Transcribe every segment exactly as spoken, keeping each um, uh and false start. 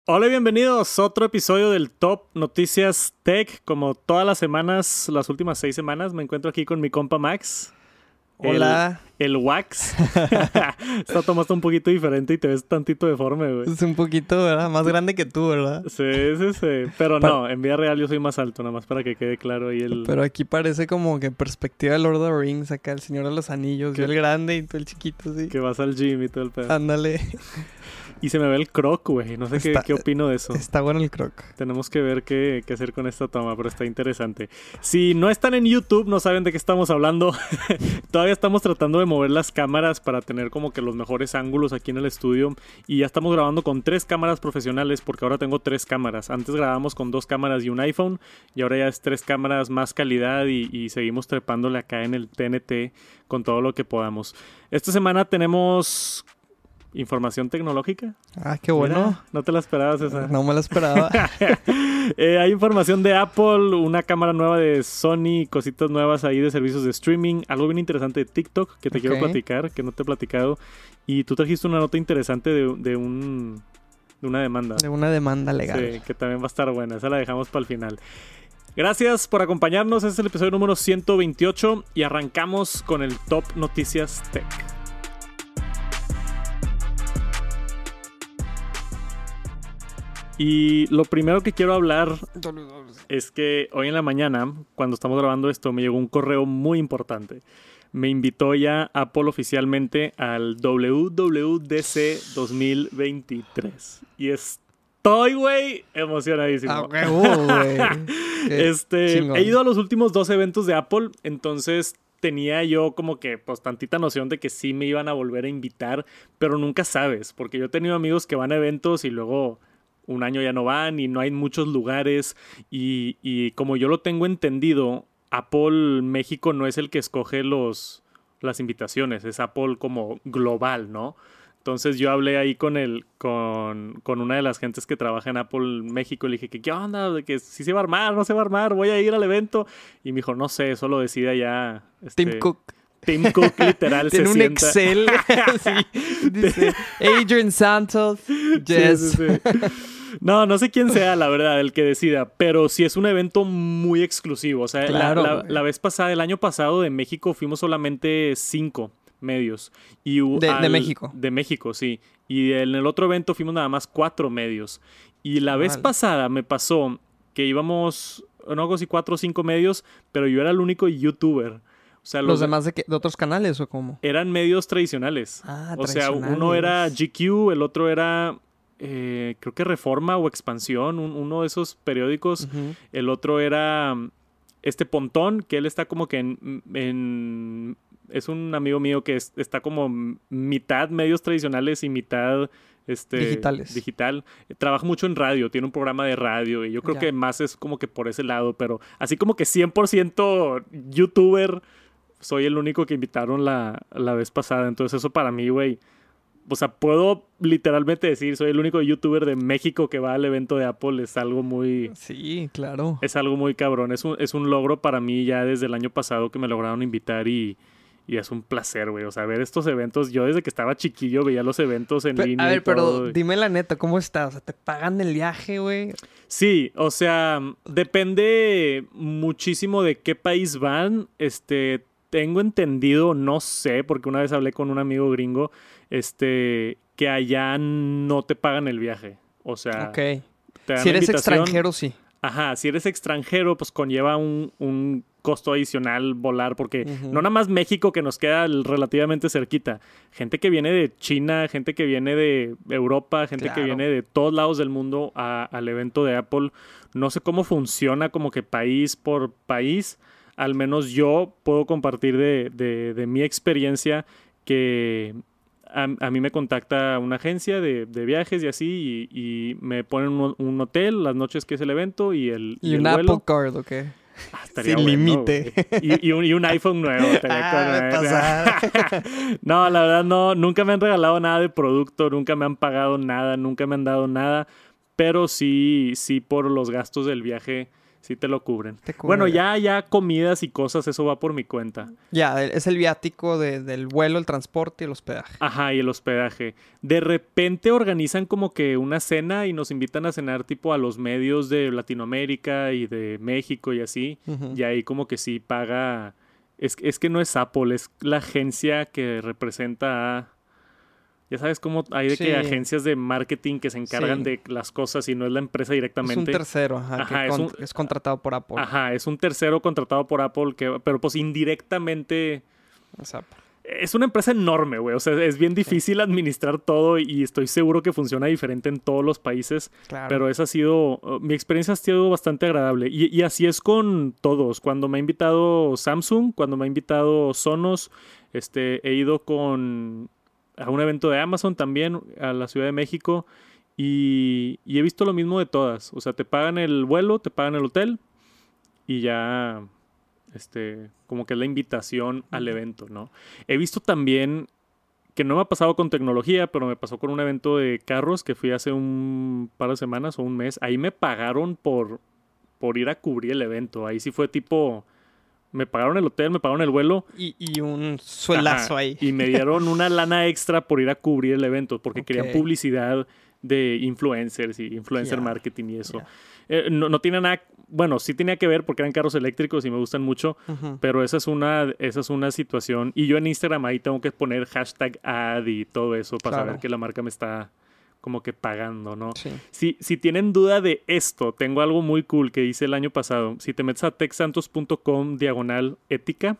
Hola y bienvenidos a otro episodio del Top Noticias Tech. Como todas las semanas, las últimas seis semanas, me encuentro aquí con mi compa Max. Hola. El, el Wax. Esta toma está un poquito diferente y te ves tantito deforme, güey. Es un poquito, ¿verdad? Más grande que tú, ¿verdad? Sí, sí, sí. Pero Pa- no, en vida real yo soy más alto, nada más para que quede claro ahí el... Pero aquí parece como que perspectiva de Lord of the Rings, acá el Señor de los Anillos. ¿Qué? Yo el grande y tú el chiquito, sí. Que vas al gym y todo el pedo. Ándale. Y se me ve el croc, güey. No sé qué, Está- qué opino de eso. Está bueno el croc. Tenemos que ver qué, qué hacer con esta toma, pero está interesante. Si no están en YouTube, no saben de qué estamos hablando. Todavía estamos tratando de mover las cámaras para tener como que los mejores ángulos aquí en el estudio. Y ya estamos grabando con tres cámaras profesionales porque ahora tengo tres cámaras. Antes grabábamos con dos cámaras y un iPhone. Y ahora ya es tres cámaras, más calidad y, y seguimos trepándole acá en el T N T con todo lo que podamos. Esta semana tenemos... información tecnológica. Ah, qué bueno. Mira, no te la esperabas esa. No me lo esperaba. eh, hay información de Apple, una cámara nueva de Sony, cositas nuevas ahí de servicios de streaming, algo bien interesante de TikTok que te Ok. quiero platicar, que no te he platicado. Y tú trajiste una nota interesante de, de un de una demanda. De una demanda legal. Sí, que también va a estar buena. Esa la dejamos para el final. Gracias por acompañarnos. Este es el episodio número ciento veintiocho y arrancamos con el Top Noticias Tech. Y lo primero que quiero hablar es que hoy en la mañana, cuando estamos grabando esto, me llegó un correo muy importante. Me invitó ya Apple oficialmente al W W D C dos mil veintitrés. Y estoy, güey, emocionadísimo. Ah, huevo, güey. Qué Este, chingón. he ido a los últimos dos eventos de Apple, entonces tenía yo como que pues tantita noción de que sí me iban a volver a invitar, pero nunca sabes, porque yo he tenido amigos que van a eventos y luego un año ya no van y no hay muchos lugares y, y como yo lo tengo entendido, Apple México no es el que escoge los, las invitaciones, es Apple como global, ¿no? Entonces yo hablé ahí con el, con, con una de las gentes que trabaja en Apple México y le dije que qué onda, de que si se va a armar, no se va a armar, voy a ir al evento. Y me dijo, no sé, eso lo decide ya este, Tim Cook. Tim Cook literal Tiene se un sienta. Excel. Sí, dice Adrian Santos. Yes. Sí, sí, sí. No, no sé quién sea, la verdad, el que decida, pero sí es un evento muy exclusivo. O sea, Claro, la, la, güey. la vez pasada, el año pasado de México fuimos solamente cinco medios. Y hu- De- de al- México. De México, sí. Y en el otro evento fuimos nada más cuatro medios. Y la vez Órale. pasada me pasó que íbamos, no hago si cuatro o cinco medios, pero yo era el único youtuber. O sea, ¿Los los, demás de, qué? ¿De otros canales o cómo? eran medios tradicionales. Ah, O sea, uno era G Q, el otro era, eh, creo que Reforma o Expansión, un- uno de esos periódicos. Ujú. El otro era mm, este Pontón, que él está como que en... en- es un amigo mío que es- está como m- mitad medios tradicionales y mitad... Este, Digitales. Digital. Trabaja mucho en radio, tiene un programa de radio y yo creo Ya. que más es como que por ese lado, pero así como que cien por ciento youtuber, soy el único que invitaron la, la vez pasada. Entonces eso para mí, güey, o sea, puedo literalmente decir, soy el único youtuber de México que va al evento de Apple. Es algo muy, Sí, claro. es algo muy cabrón. Es un, es un logro para mí ya desde el año pasado que me lograron invitar y, y es un placer, güey. O sea, ver estos eventos. Yo desde que estaba chiquillo veía los eventos en Pe- línea. a y ver, pero todo. dime la neta, ¿cómo está? O sea, ¿te pagan el viaje, güey? Sí, o sea, depende muchísimo de qué país van. Este, tengo entendido, no sé, porque una vez hablé con un amigo gringo, este, que allá no te pagan el viaje. O sea, Ok. te dan Si la eres invitación. extranjero, sí. Ajá, si eres extranjero, pues conlleva un, un costo adicional volar, porque Ujú. no nada más México, que nos queda el- relativamente cerquita. Gente que viene de China, gente que viene de Europa, gente que Claro. viene de todos lados del mundo a- al evento de Apple. No sé cómo funciona como que país por país. Al menos yo puedo compartir de, de- de mi experiencia que a, a mí me contacta una agencia de, de viajes y así, y, y me ponen un, un hotel las noches que es el evento y el, Y, y un el vuelo. Apple Card, ¿ok? Ah, estaría sin bueno, límite. güey. Y, y un, y un iPhone nuevo. estaría Ah, con- me pasara. No, la verdad no, nunca me han regalado nada de producto, nunca me han pagado nada, nunca me han dado nada, pero sí, sí por los gastos del viaje sí te lo cubren. Te cubre. Bueno, ya, ya comidas y cosas, eso va por mi cuenta. Ya, es el viático de, del vuelo, el transporte y el hospedaje. Ajá, y el hospedaje. De repente organizan como que una cena y nos invitan a cenar tipo a los medios de Latinoamérica y de México y así. Ujú. Y ahí como que sí paga... Es, es que no es Apple, es la agencia que representa a... Ya sabes cómo hay de Sí. que agencias de marketing que se encargan Sí. de las cosas y no es la empresa directamente. Es un tercero, ajá, Ajá, que es con- un- es contratado por Apple. Ajá, es un tercero contratado por Apple, que, pero pues indirectamente... Es Apple. Es una empresa enorme, güey. O sea, es bien difícil administrar todo y estoy seguro que funciona diferente en todos los países. Claro. Pero esa ha sido... uh, mi experiencia ha sido bastante agradable. Y, y así es con todos. Cuando me ha invitado Samsung, cuando me ha invitado Sonos, este, he ido con... a un evento de Amazon también, a la Ciudad de México. Y, y he visto lo mismo de todas. O sea, te pagan el vuelo, te pagan el hotel y ya... Este, como que es la invitación al evento, ¿no? He visto también que no me ha pasado con tecnología, pero me pasó con un evento de carros que fui hace un par de semanas o un mes. Ahí me pagaron por, por ir a cubrir el evento. Ahí sí fue tipo... Me pagaron el hotel, me pagaron el vuelo. Y, y un suelazo Ajá, ahí. Y me dieron una lana extra por ir a cubrir el evento, porque Ok. querían publicidad de influencers y influencer Ya, marketing y eso. ya. Eh, no, no tiene nada... Bueno, sí tenía que ver porque eran carros eléctricos y me gustan mucho, Ujú. pero esa es una, esa es una situación. Y yo en Instagram ahí tengo que poner hashtag ad y todo eso para Claro. saber que la marca me está como que pagando, ¿no? Sí. Si, si tienen duda de esto, tengo algo muy cool que hice el año pasado. Si te metes a texsantos punto com diagonal ética,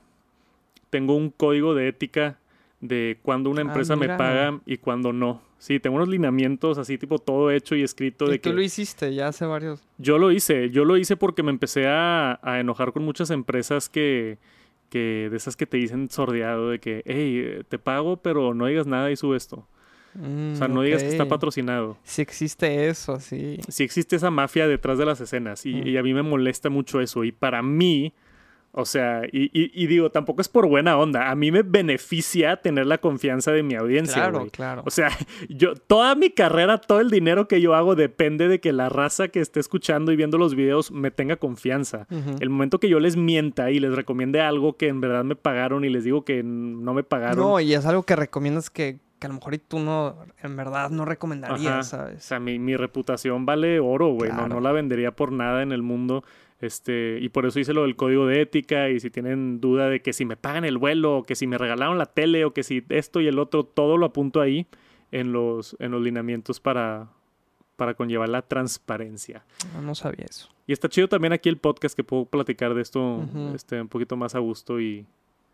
tengo un código de ética de cuando una Ah, empresa me mira. paga y cuando no. Sí, tengo unos lineamientos así tipo todo hecho y escrito Y de tú que... lo hiciste ya hace varios. Yo lo hice, yo lo hice porque me empecé a, a enojar con muchas empresas que, que de esas que te dicen sordeado de que, hey, te pago, pero no digas nada y sube esto. Mm, O sea, no digas que está ok. patrocinado. Sí existe eso, sí. Sí existe esa mafia detrás de las escenas y, Mm. y a mí me molesta mucho eso. Y para mí, o sea, y, y- y digo, tampoco es por buena onda. A mí me beneficia tener la confianza de mi audiencia, Claro, güey. claro. O sea, yo, toda mi carrera, todo el dinero que yo hago depende de que la raza que esté escuchando y viendo los videos me tenga confianza. Ujú. El momento que yo les mienta y les recomiende algo que en verdad me pagaron y les digo que no me pagaron. No, y es algo que recomiendas que, que a lo mejor y tú no, en verdad no recomendarías, Ajá. O ¿sabes? sea, mi, mi reputación vale oro, güey. No, Claro. no la vendería por nada en el mundo. Este, y por eso hice lo del código de ética. Y si tienen duda de que si me pagan el vuelo, o que si me regalaron la tele, o que si esto y el otro, todo lo apunto ahí en los, en los lineamientos para, para conllevar la transparencia. No, no sabía eso. Y está chido también aquí el podcast que puedo platicar de esto Ujú. este, un poquito más a gusto y,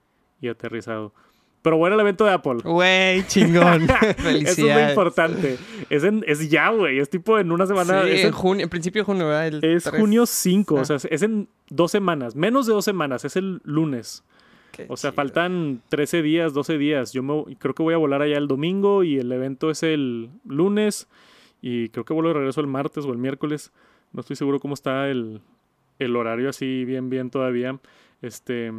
y aterrizado. Pero bueno, el evento de Apple. Güey, chingón. Eso es lo Felicidades. importante. Es, en- es ya, güey. Es tipo en una semana. Sí, es en en, junio, en principio de junio, ¿verdad? El es tres. junio cinco. Ah. O sea, es en dos semanas. Menos de dos semanas. Es el lunes. Qué O sea, chido. faltan trece días, doce días. Yo me, creo que voy a volar allá el domingo y el evento es el lunes. Y creo que vuelo de regreso el martes o el miércoles. No estoy seguro cómo está el, el horario así bien, bien todavía. Este,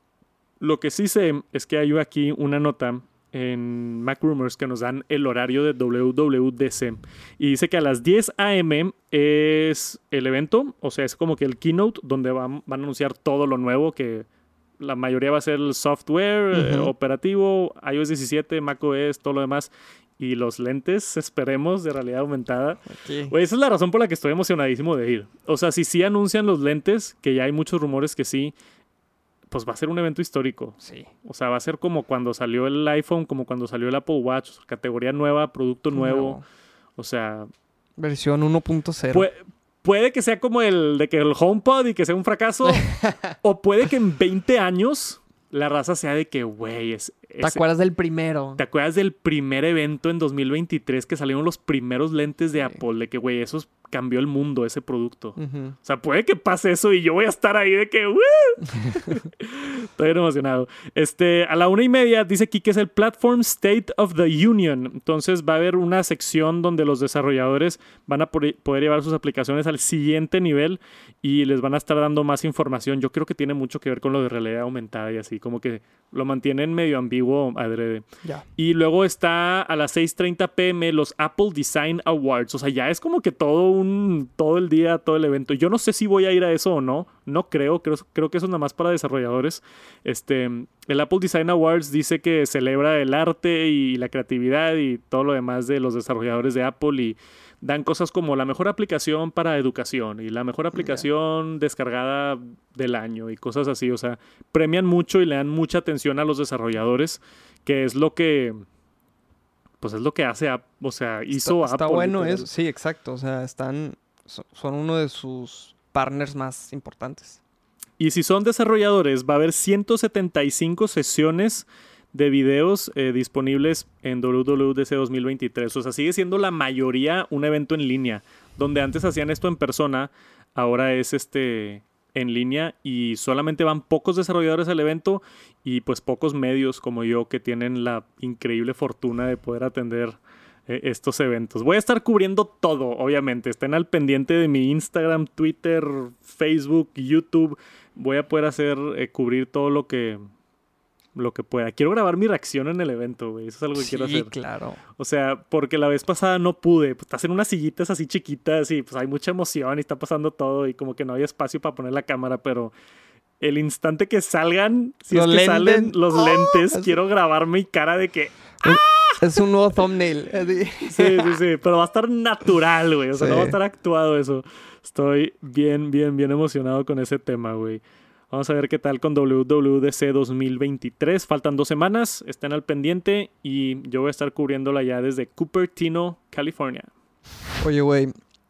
lo que sí sé es que hay aquí una nota en Mac Rumors que nos dan el horario de W W D C. Y dice que a las diez a m es el evento. O sea, es como que el keynote donde van, van a anunciar todo lo nuevo que... La mayoría va a ser el software, eh, Ujú. operativo, i O S diecisiete, macOS, todo lo demás. Y los lentes, esperemos, de realidad aumentada. Aquí. Güey, esa es la razón por la que estoy emocionadísimo de ir. O sea, si sí anuncian los lentes, que ya hay muchos rumores que sí, pues va a ser un evento histórico. Sí. O sea, va a ser como cuando salió el iPhone, como cuando salió el Apple Watch. O sea, categoría nueva, producto nuevo. No. O sea, Versión uno punto cero. Pue- puede que sea como el de que el HomePod y que sea un fracaso. O puede que en veinte años la raza sea de que, güey, es... ¿Te es- acuerdas del primero? ¿Te acuerdas del primer evento en dos mil veintitrés que salieron los primeros lentes de Sí. Apple? De que, güey, eso es- cambió el mundo, ese producto. Ujú. O sea, puede que pase eso y yo voy a estar ahí de que, ¡woo! Estoy bien emocionado. Este, a la una y media dice aquí que es el Platform State of the Union. Entonces va a haber una sección donde los desarrolladores van a por- poder llevar sus aplicaciones al siguiente nivel y les van a estar dando más información. Yo creo que tiene mucho que ver con lo de realidad aumentada y así, como que lo mantienen medio ambiguo adrede. Ya. Y luego está a las seis treinta p m los Apple Design Awards. O sea, ya es como que todo un un todo el día, todo el evento. Yo no sé si voy a ir a eso o no. No creo. Creo, creo que eso es nada más para desarrolladores. Este, el Apple Design Awards dice que celebra el arte y la creatividad y todo lo demás de los desarrolladores de Apple y dan cosas como la mejor aplicación para educación y la mejor aplicación yeah. descargada del año y cosas así. O sea, premian mucho y le dan mucha atención a los desarrolladores, que es lo que... Pues es lo que hace, o sea, hizo está, Apple. Está bueno eso, sí, exacto. O sea, están, son uno de sus partners más importantes. Y si son desarrolladores, va a haber ciento setenta y cinco sesiones de videos eh, disponibles en W W D C dos mil veintitrés. O sea, sigue siendo la mayoría un evento en línea. Donde antes hacían esto en persona, ahora es este... en línea y solamente van pocos desarrolladores al evento y pues pocos medios como yo que tienen la increíble fortuna de poder atender eh, estos eventos. Voy a estar cubriendo todo, obviamente. Estén al pendiente de mi Instagram, Twitter, Facebook, YouTube. Voy a poder hacer, eh, cubrir todo lo que... lo que pueda. Quiero grabar mi reacción en el evento, güey. Eso es algo que sí, quiero hacer. Sí, claro. O sea, porque la vez pasada no pude. Pues, estás en unas sillitas así chiquitas y pues hay mucha emoción y está pasando todo y como que no hay espacio para poner la cámara, pero el instante que salgan, si los es que lentes. salen los ¡Oh! lentes, Es... quiero grabar mi cara de que... ¡ah! Es un nuevo thumbnail. Sí, sí, sí. Pero va a estar natural, güey. O sea, sí. no va a estar actuado eso. Estoy bien, bien, bien emocionado con ese tema, güey. Vamos a ver qué tal con W W D C dos mil veintitrés. Faltan dos semanas. Estén al pendiente. Y yo voy a estar cubriéndola ya desde Cupertino, California. Oye, güey.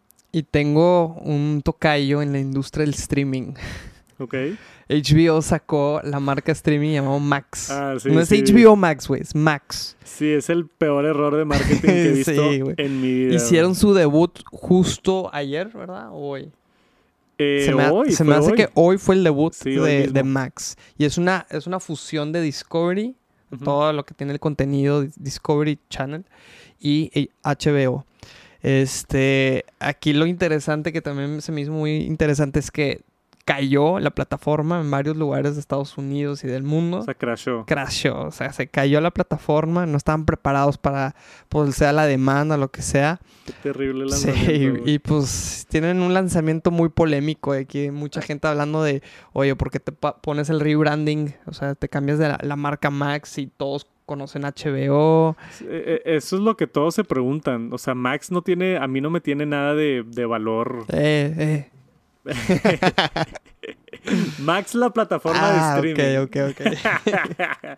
Y tengo un tocayo en la industria del streaming. Ok. H B O sacó la marca streaming llamado Max. Ah, sí, no es sí. H B O Max, güey. Es Max. Sí, es el peor error de marketing que he visto sí, en mi vida. Hicieron su debut justo ayer, ¿verdad? O hoy. Eh, se me, hoy, se me hace hoy. que hoy fue el debut sí, de, de Max. Y es una, es una fusión de Discovery, uh-huh. todo lo que tiene el contenido Discovery Channel y H B O. Este, aquí lo interesante que también se me hizo muy interesante es que cayó la plataforma en varios lugares de Estados Unidos y del mundo. O sea, crashó. Crashó, o sea, se cayó la plataforma, no estaban preparados para, pues, sea la demanda o lo que sea. Qué terrible lanzamiento. Sí, y pues tienen un lanzamiento muy polémico de que mucha gente hablando de, oye, ¿por qué te pa- pones el rebranding? O sea, te cambias de la, la marca Max y todos conocen H B O. Eso es lo que todos se preguntan. O sea, Max no tiene, a mí no me tiene nada de, de valor. Eh, eh. Max, la plataforma ah, de streaming. Ok, ok, ok.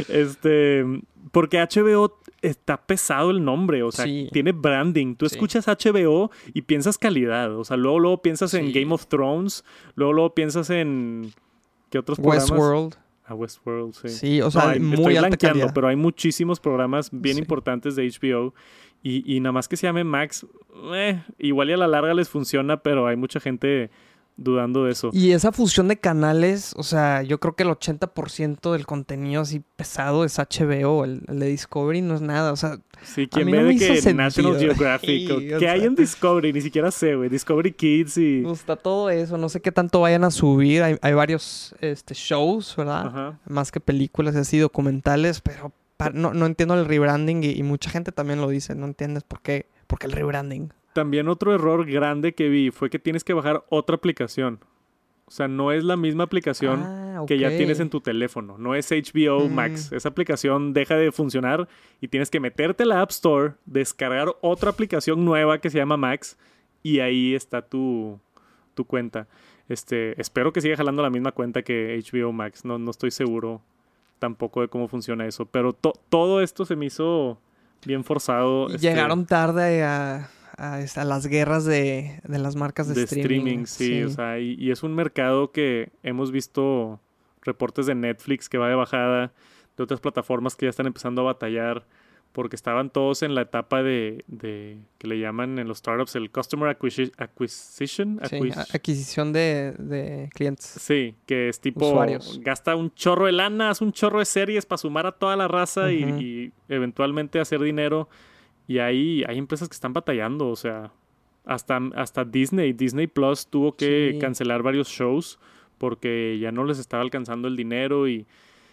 este, porque H B O está pesado el nombre, o sea, sí. tiene branding. Tú sí. escuchas H B O y piensas calidad. O sea, luego, luego piensas sí. en Game of Thrones, luego, luego piensas en ¿qué otros programas? Westworld. A Westworld, sí. Sí, o sea, no, hay, muy estoy alta blanqueando, calidad. pero hay muchísimos programas bien sí. importantes de H B O y, y nada más que se llame Max, eh, igual y a la larga les funciona, pero hay mucha gente dudando de eso. Y esa fusión de canales, o sea, yo creo que el ochenta por ciento del contenido así pesado es H B O, el, el de Discovery no es nada, o sea... Sí, ¿quién ve no de que National Geographic? Sí, ¿qué sea... hay en Discovery? Ni siquiera sé, güey. Discovery Kids y... Pues está todo eso, no sé qué tanto vayan a subir, hay, hay varios este, shows, ¿verdad? Ajá. Más que películas y así, documentales, pero para, no, no entiendo el rebranding y, y mucha gente también lo dice, no entiendes por qué, por qué el rebranding. También otro error grande que vi fue que tienes que bajar otra aplicación. O sea, no es la misma aplicación ah, okay. que ya tienes en tu teléfono. No es H B O mm. Max. Esa aplicación deja de funcionar y tienes que meterte a la App Store, descargar otra aplicación nueva que se llama Max y ahí está tu, tu cuenta. Este, espero que siga jalando la misma cuenta que H B O Max. No, no estoy seguro tampoco de cómo funciona eso. Pero to- todo esto se me hizo bien forzado. Este... Llegaron tarde a... A, a las guerras de, de las marcas de, de streaming. streaming sí, sí, o sea, y, y es un mercado que hemos visto reportes de Netflix que va de bajada, de otras plataformas que ya están empezando a batallar, porque estaban todos en la etapa de, de que le llaman en los startups el Customer Acquisition. Acquisition, sí, acquis- adquisición de, de clientes. Sí, que es tipo, usuarios. Gasta un chorro de lana, hace un chorro de series para sumar a toda la raza uh-huh. y, y eventualmente hacer dinero. Y hay, hay empresas que están batallando, o sea, hasta, hasta Disney, Disney Plus tuvo que sí. cancelar varios shows porque ya no les estaba alcanzando el dinero y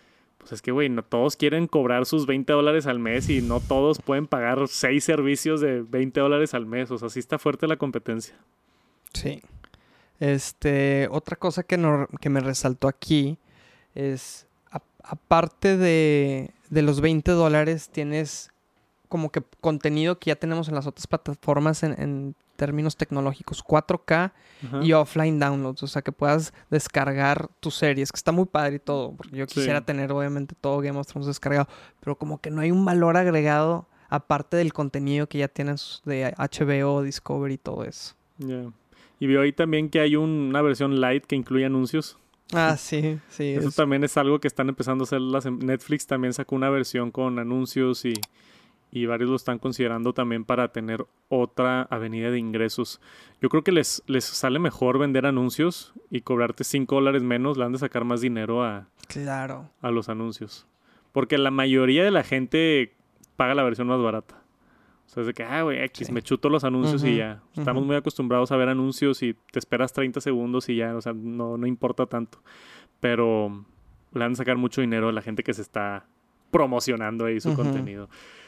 pues es que, güey, no todos quieren cobrar sus veinte dólares al mes y no todos pueden pagar seis servicios de veinte dólares al mes. O sea, sí está fuerte la competencia. Sí. Este, otra cosa que, no, que me resaltó aquí es, a, aparte de, de los veinte dólares, tienes como que contenido que ya tenemos en las otras plataformas en, en términos tecnológicos, cuatro K Ajá. y offline downloads, o sea, que puedas descargar tus series, que está muy padre y todo, porque yo quisiera Sí. tener obviamente todo Game of Thrones descargado, pero como que no hay un valor agregado aparte del contenido que ya tienen sus- de H B O, Discovery y todo eso. Ya. Y veo ahí también que hay un- una versión light que incluye anuncios. Ah, sí, sí. Eso Es, también es algo que están empezando a hacer las... em- Netflix también sacó una versión con anuncios y, y varios lo están considerando también para tener otra avenida de ingresos. Yo creo que les, les sale mejor vender anuncios y cobrarte cinco dólares menos, le han de sacar más dinero a, claro. a los anuncios. Porque la mayoría de la gente paga la versión más barata. O sea, es de que, ah, güey, X, Sí. me chuto los anuncios Ujú, y ya. Estamos ujú. muy acostumbrados a ver anuncios y te esperas treinta segundos y ya, o sea, no, no importa tanto. Pero le van a sacar mucho dinero a la gente que se está promocionando ahí su Ujú. contenido.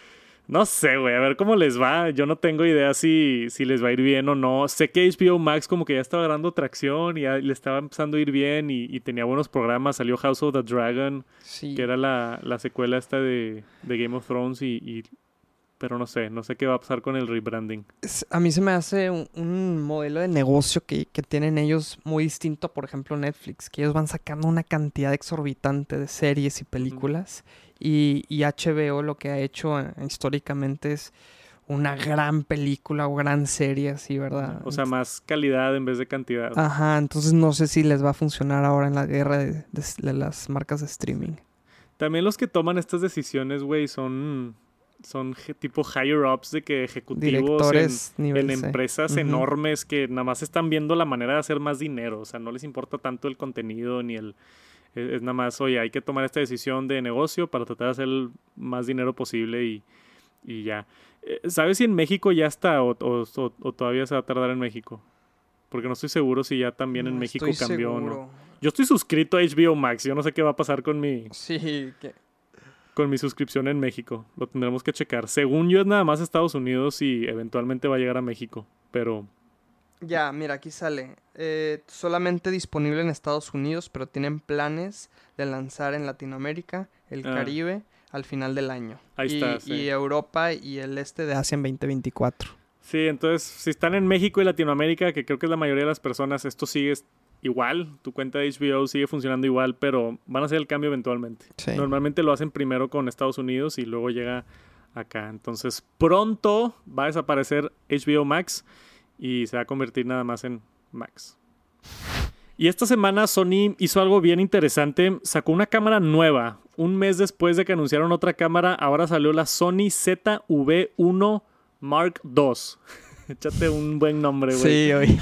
No sé, güey, a ver cómo les va. Yo no tengo idea si, si les va a ir bien o no. Sé que H B O Max como que ya estaba agarrando tracción y ya le estaba empezando a ir bien y, y tenía buenos programas. Salió House of the Dragon, Sí. que era la, la secuela esta de, de Game of Thrones y, y... Pero no sé, no sé qué va a pasar con el rebranding. Es- a mí se me hace un, un modelo de negocio que, que tienen ellos muy distinto a, por ejemplo, Netflix, que ellos van sacando una cantidad exorbitante de series y películas. Y, y H B O lo que ha hecho eh, históricamente es una gran película o gran serie, así, ¿verdad? O sea, más calidad en vez de cantidad. Ajá, entonces no sé si les va a funcionar ahora en la guerra de, de- de las marcas de streaming. También los que toman estas decisiones, güey, son, son je- tipo higher ups de que ejecutivos en, Directores nivel en C. empresas Ujú. enormes que nada más están viendo la manera de hacer más dinero. O sea, no les importa tanto el contenido ni el... Es, es nada más, oye, hay que tomar esta decisión de negocio para tratar de hacer el más dinero posible y, y ya. Eh, ¿Sabes si en México ya está o, o- o- o todavía se va a tardar en México? Porque no estoy seguro si ya también en No México estoy cambió o no. seguro. Yo estoy suscrito a H B O Max. Yo no sé qué va a pasar con mi, Sí, que... con mi suscripción en México. Lo tendremos que checar. Según yo es nada más Estados Unidos y eventualmente va a llegar a México. Pero Ya, mira, aquí sale. Eh, solamente disponible en Estados Unidos, pero tienen planes de lanzar en Latinoamérica, el Ah. Caribe, al final del año. Ahí y, está, sí. y Europa y el este de Asia en veinte veinticuatro. sí, entonces si están en México y Latinoamérica, que creo que es la mayoría de las personas, esto sigue igual. Tu cuenta de H B O sigue funcionando igual, pero van a hacer el cambio eventualmente. Sí. Normalmente lo hacen primero con Estados Unidos y luego llega acá. Entonces pronto va a desaparecer H B O Max y se va a convertir nada más en Max. Y esta semana Sony hizo algo bien interesante. Sacó una cámara nueva. Un mes después de que anunciaron otra cámara, ahora salió la Sony Z V uno Mark dos. Échate un buen nombre, güey. Sí, oye.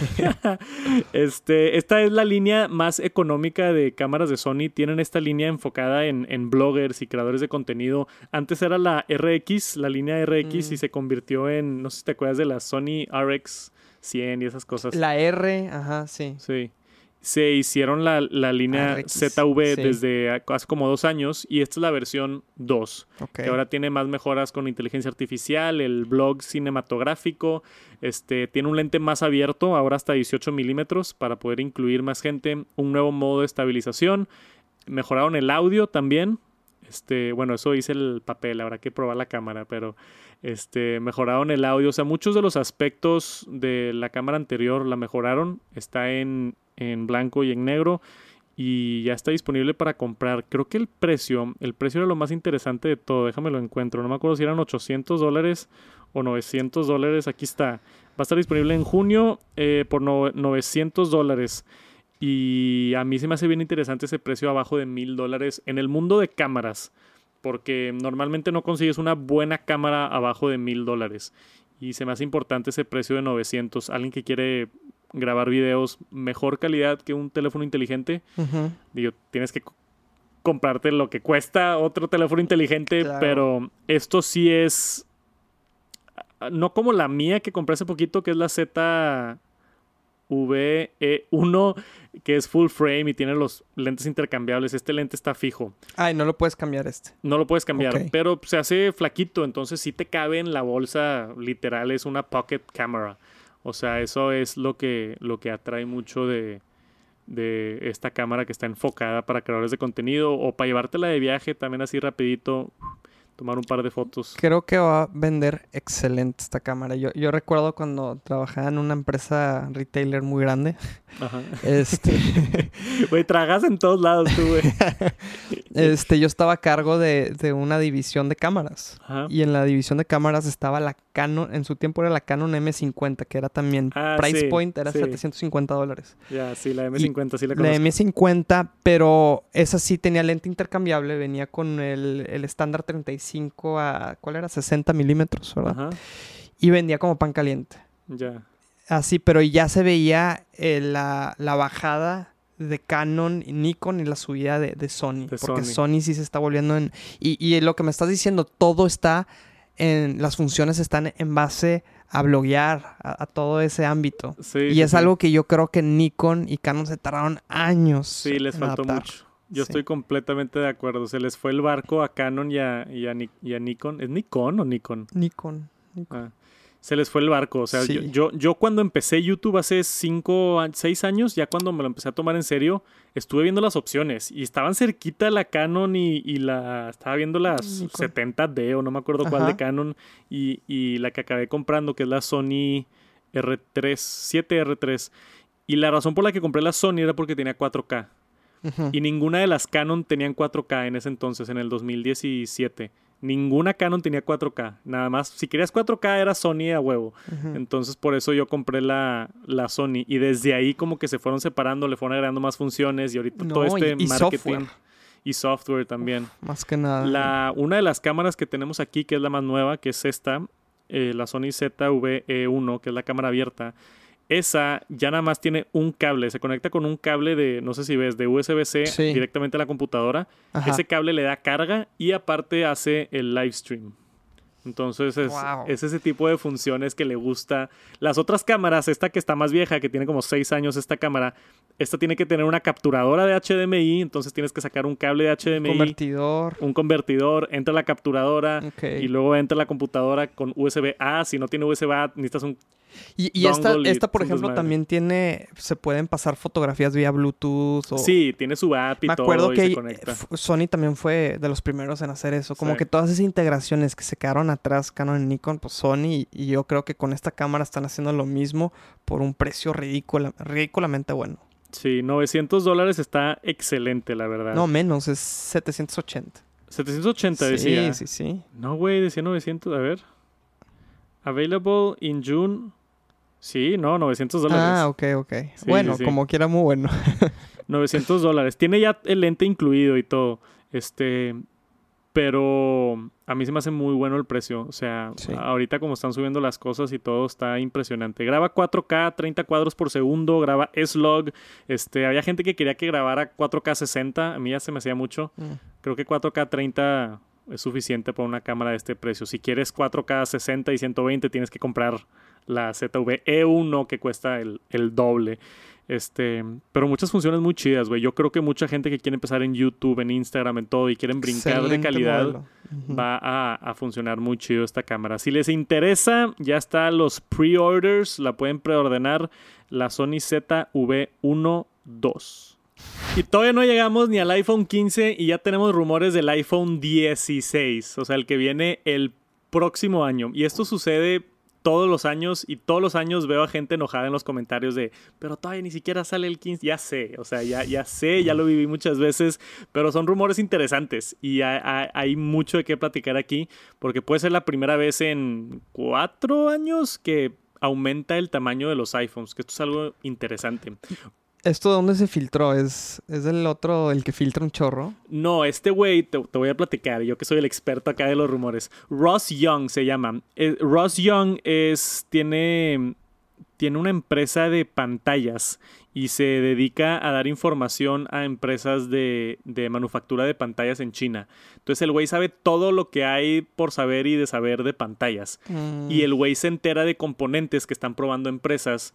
Este, esta es la línea más económica de cámaras de Sony. Tienen esta línea enfocada en, en bloggers y creadores de contenido. Antes era la R X, la línea R X, Mm. y se convirtió en, no sé si te acuerdas de la Sony R X cien y esas cosas. La R, ajá, sí. Sí. Se hicieron la, la línea R X, Z V sí. desde hace como dos años y esta es la versión dos. Ok. Que ahora tiene más mejoras con inteligencia artificial, el blog cinematográfico, este, tiene un lente más abierto, ahora hasta dieciocho milímetros para poder incluir más gente, un nuevo modo de estabilización, mejoraron el audio también, este, bueno, eso dice el papel, habrá que probar la cámara, pero este, mejoraron el audio, o sea, muchos de los aspectos de la cámara anterior la mejoraron, está en, en blanco y en negro, y ya está disponible para comprar. Creo que el precio, el precio era lo más interesante de todo. Déjame lo encuentro. No me acuerdo si eran ochocientos dólares o novecientos dólares. Aquí está. Va a estar disponible en junio eh, por no- novecientos dólares. Y a mí se me hace bien interesante ese precio abajo de mil dólares en el mundo de cámaras. Porque normalmente no consigues una buena cámara abajo de mil dólares. Y se me hace importante ese precio de novecientos. Alguien que quiere grabar videos mejor calidad que un teléfono inteligente. Ujú. Digo, tienes que co- comprarte lo que cuesta otro teléfono inteligente, Claro. pero esto sí es ah, no como la mía que compré hace poquito, que es la Z V E uno, que es full frame y tiene los lentes intercambiables. Este lente está fijo. Ay, no lo puedes cambiar este. No lo puedes cambiar, Ok. pero se hace flaquito, entonces sí te cabe en la bolsa. Literal, es una pocket camera. O sea, eso es lo que, lo que atrae mucho de, de esta cámara, que está enfocada para creadores de contenido o para llevártela de viaje también así rapidito, tomar un par de fotos. Creo que va a vender excelente esta cámara. Yo, yo recuerdo cuando trabajaba en una empresa retailer muy grande. Ajá. Este, Güey, tragas en todos lados tú, güey. este, yo estaba a cargo de, de una división de cámaras. Ajá. Y en la división de cámaras estaba la Canon, en su tiempo era la Canon M cincuenta, que era también, Ah, price sí, point era sí. setecientos cincuenta dólares. Ya, sí, la M Y cincuenta sí la La conozco. M cincuenta, pero esa sí tenía lente intercambiable, venía con el, el estándar treinta y cinco a, ¿cuál era? sesenta milímetros, ¿verdad? Ajá, Y vendía como pan caliente. ya. Así, pero ya se veía eh, la, la bajada de Canon y Nikon y la subida de, de Sony. De porque Sony. Sony sí se está volviendo en... Y, y lo que me estás diciendo, todo está en... Las funciones están en base a bloguear, a, a todo ese ámbito. Sí, y sí, es sí. algo que yo creo que Nikon y Canon se tardaron años Sí, les en faltó adaptar. mucho. Yo Sí. estoy completamente de acuerdo. Se les fue el barco a Canon y a, y a, Ni- y a Nikon. ¿Es Nikon o Nikon? Nikon. Nikon. Ah, se les fue el barco. O sea, Sí. yo, yo, yo cuando empecé YouTube hace cinco, a- seis años, ya cuando me lo empecé a tomar en serio, estuve viendo las opciones y estaban cerquita la Canon y, y la... Estaba viendo la Nikon. setenta D o no me acuerdo cuál Ajá. de Canon y, y la que acabé comprando, que es la Sony R tres, siete R tres. Y la razón por la que compré la Sony era porque tenía cuatro K. Ujú. Y ninguna de las Canon tenían cuatro K en ese entonces, en el dos mil diecisiete. Ninguna Canon tenía cuatro K. Nada más, si querías cuatro K era Sony a huevo. Ujú. Entonces por eso yo compré la, la Sony. Y desde ahí como que se fueron separando, le fueron agregando más funciones. Y ahorita No, todo este y- y marketing. software. Y software también. Más que nada. La, una de las cámaras que tenemos aquí, que es la más nueva, que es esta, eh, la Sony Z V E uno, que es la cámara abierta. Esa ya nada más tiene un cable. Se conecta con un cable de, no sé si ves, de U S B C Sí. directamente a la computadora. Ajá. Ese cable le da carga y aparte hace el live stream. Entonces es, Wow. es ese tipo de funciones que le gusta. Las otras cámaras, esta que está más vieja, que tiene como seis años esta cámara, esta tiene que tener una capturadora de H D M I, entonces tienes que sacar un cable de H D M I, Convertidor. un convertidor, entra la capturadora Ok. y luego entra la computadora con U S B A. Si no tiene U S B A, necesitas un... Y, y esta, dongle y esta, por es un ejemplo, desmadre. también tiene... Se pueden pasar fotografías vía Bluetooth o... Sí, tiene su app y Me todo acuerdo y que se conecta. f- Sony también fue de los primeros en hacer eso. Como Sí. que todas esas integraciones que se quedaron atrás, Canon y Nikon, pues Sony. Y, y yo creo que con esta cámara están haciendo lo mismo por un precio ridícula, ridículamente bueno. Sí, novecientos dólares está excelente, la verdad. No, menos, es setecientos ochenta. setecientos ochenta Sí, decía. sí, sí. No, güey, decía novecientos. A ver. Available in June. Sí, no, novecientos dólares. Ah, ok, ok. Sí, bueno, sí, sí. como quiera, muy bueno. novecientos dólares. Tiene ya el lente incluido y todo. Este. Pero a mí se me hace muy bueno el precio. O sea, Sí. ahorita como están subiendo las cosas y todo está impresionante. Graba cuatro K, treinta cuadros por segundo. Graba S-Log. Este, había gente que quería que grabara cuatro K sesenta. A mí ya se me hacía mucho. Mm. Creo que cuatro K treinta es suficiente para una cámara de este precio. Si quieres cuatro K sesenta y ciento veinte, tienes que comprar la Z V E uno, que cuesta el, el doble. Este, pero muchas funciones muy chidas, güey. Yo creo que mucha gente que quiere empezar en YouTube, en Instagram, en todo y quieren brincar de Excelente calidad, modelo. Ujú. va a, a funcionar muy chido esta cámara. Si les interesa, ya están los pre-orders. La pueden preordenar. La Sony Z V uno dos. Y todavía no llegamos ni al iPhone quince y ya tenemos rumores del iPhone dieciséis. O sea, el que viene el próximo año. Y esto sucede todos los años y todos los años veo a gente enojada en los comentarios de pero todavía ni siquiera sale el quince. Ya sé, o sea, ya, ya sé, ya lo viví muchas veces, pero son rumores interesantes y hay, hay, hay mucho de qué platicar aquí porque puede ser la primera vez en cuatro años que aumenta el tamaño de los iPhones, que esto es algo interesante. ¿Esto de dónde se filtró? ¿Es, es el otro, el que filtra un chorro? No, este güey, te, te voy a platicar, yo que soy el experto acá de los rumores. Ross Young se llama. Eh, Ross Young es, tiene, tiene una empresa de pantallas y se dedica a dar información a empresas de, de manufactura de pantallas en China. Entonces el güey sabe todo lo que hay por saber y de saber de pantallas. Mm. Y el güey se entera de componentes que están probando empresas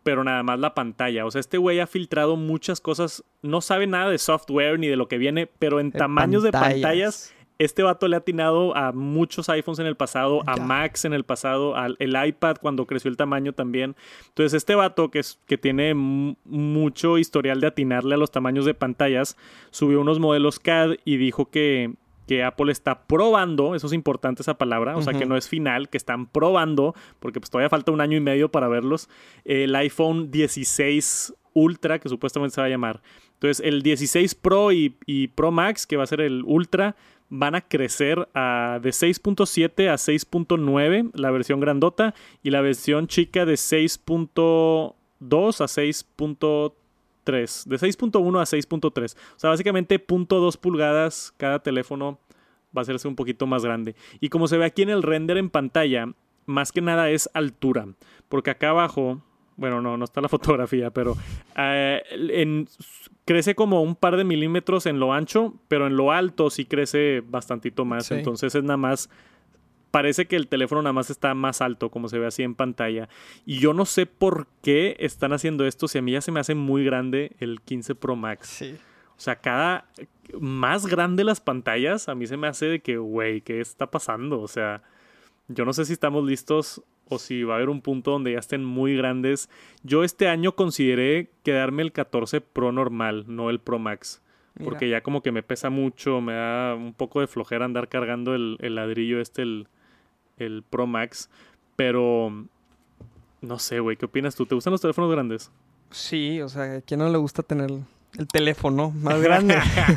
pero nada más la pantalla. O sea, este güey ha filtrado muchas cosas, no sabe nada de software ni de lo que viene, pero en De tamaños pantallas. de pantallas, este vato le ha atinado a muchos iPhones en el pasado, a Ya. Macs en el pasado, al el iPad cuando creció el tamaño también. Entonces, este vato que, es, que tiene m- mucho historial de atinarle a los tamaños de pantallas, subió unos modelos C A D y dijo que, que Apple está probando, eso es importante esa palabra, o sea, Ujú. que no es final, que están probando, porque pues todavía falta un año y medio para verlos, el iPhone dieciséis Ultra, que supuestamente se va a llamar. Entonces, el dieciséis Pro y, y Pro Max, que va a ser el Ultra, van a crecer a, de seis punto siete a seis punto nueve, la versión grandota, y la versión chica de seis punto dos a seis punto tres, de seis punto uno a seis punto tres. O sea, básicamente cero punto dos pulgadas cada teléfono va a hacerse un poquito más grande. Y como se ve aquí en el render en pantalla, más que nada es altura, porque acá abajo... Bueno, no, no está la fotografía, pero eh, en, crece como un par de milímetros en lo ancho, pero en lo alto sí crece bastantito más. Sí. Entonces es nada más... Parece que el teléfono nada más está más alto, como se ve así en pantalla. Y yo no sé por qué están haciendo esto, si a mí ya se me hace muy grande el quince Pro Max. Sí. O sea, cada... Más grande las pantallas, a mí se me hace de que, güey, ¿qué está pasando? O sea, yo no sé si estamos listos... o si va a haber un punto donde ya estén muy grandes. Yo este año consideré quedarme el catorce Pro normal, no el Pro Max. Mira. Porque ya como que me pesa mucho, me da un poco de flojera andar cargando el, el ladrillo este, el, el Pro Max. Pero, no sé, güey, ¿qué opinas tú? ¿Te gustan los teléfonos grandes? Sí, o sea, ¿a quién no le gusta tener el teléfono más grande?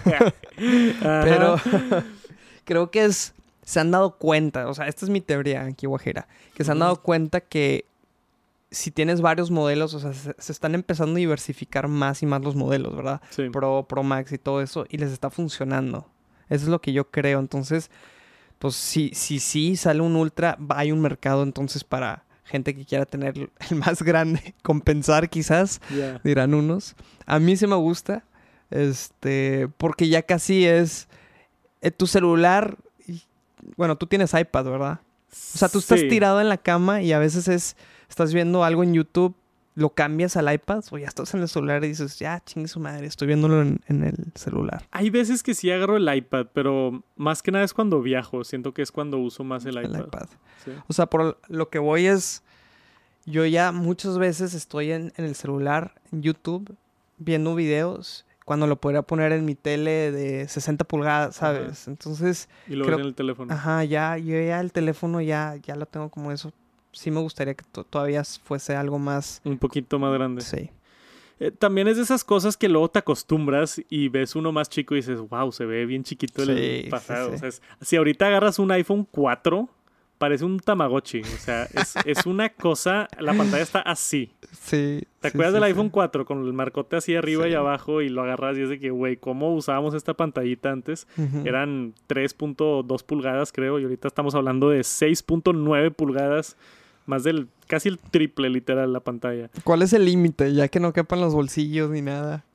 Pero creo que es... Se han dado cuenta, o sea, esta es mi teoría aquí, Guajira, que se han Ujú. dado cuenta que si tienes varios modelos, o sea, se, se están empezando a diversificar más y más los modelos, ¿verdad? Sí. Pro, Pro Max y todo eso, y les está funcionando. Eso es lo que yo creo. Entonces, pues si sí, si, si sale un Ultra, va- hay un mercado entonces para gente que quiera tener el más grande, compensar quizás, Ya. dirán unos. A mí sí me gusta, este, porque ya casi es eh, tu celular. y- Bueno, tú tienes iPad, ¿verdad? O sea, tú estás Sí. tirado en la cama y a veces es, estás viendo algo en YouTube, lo cambias al iPad o ya estás en el celular y dices, ya, chingue su madre, estoy viéndolo en, en el celular. Hay veces que sí agarro el iPad, pero más que nada es cuando viajo. Siento que es cuando uso más el El iPad. iPad. Sí. O sea, por lo que voy es, yo ya muchas veces estoy en, en el celular, en YouTube, viendo videos, cuando lo podría poner en mi tele de sesenta pulgadas, ¿sabes? Entonces, Y lo creo- ves en el teléfono. ajá, ya, yo ya el teléfono ya, ya lo tengo como eso. Sí me gustaría que to- todavía fuese algo más, Un poquito más grande. sí. Eh, también es de esas cosas que luego te acostumbras y ves uno más chico y dices, wow, se ve bien chiquito el Sí, sí, pasado. sí. O sea, es- si ahorita agarras un iPhone cuatro, parece un Tamagotchi. O sea, es, es una cosa, la pantalla está así. Sí. ¿Te sí, acuerdas sí, del sí. iPhone cuatro con el marcote así arriba Sí. y abajo y lo agarras y es de que, güey, ¿cómo usábamos esta pantallita antes? Ujú. Eran tres punto dos pulgadas, creo, y ahorita estamos hablando de seis punto nueve pulgadas, más del, casi el triple, literal, la pantalla. ¿Cuál es el límite? Ya que no quepan los bolsillos ni nada.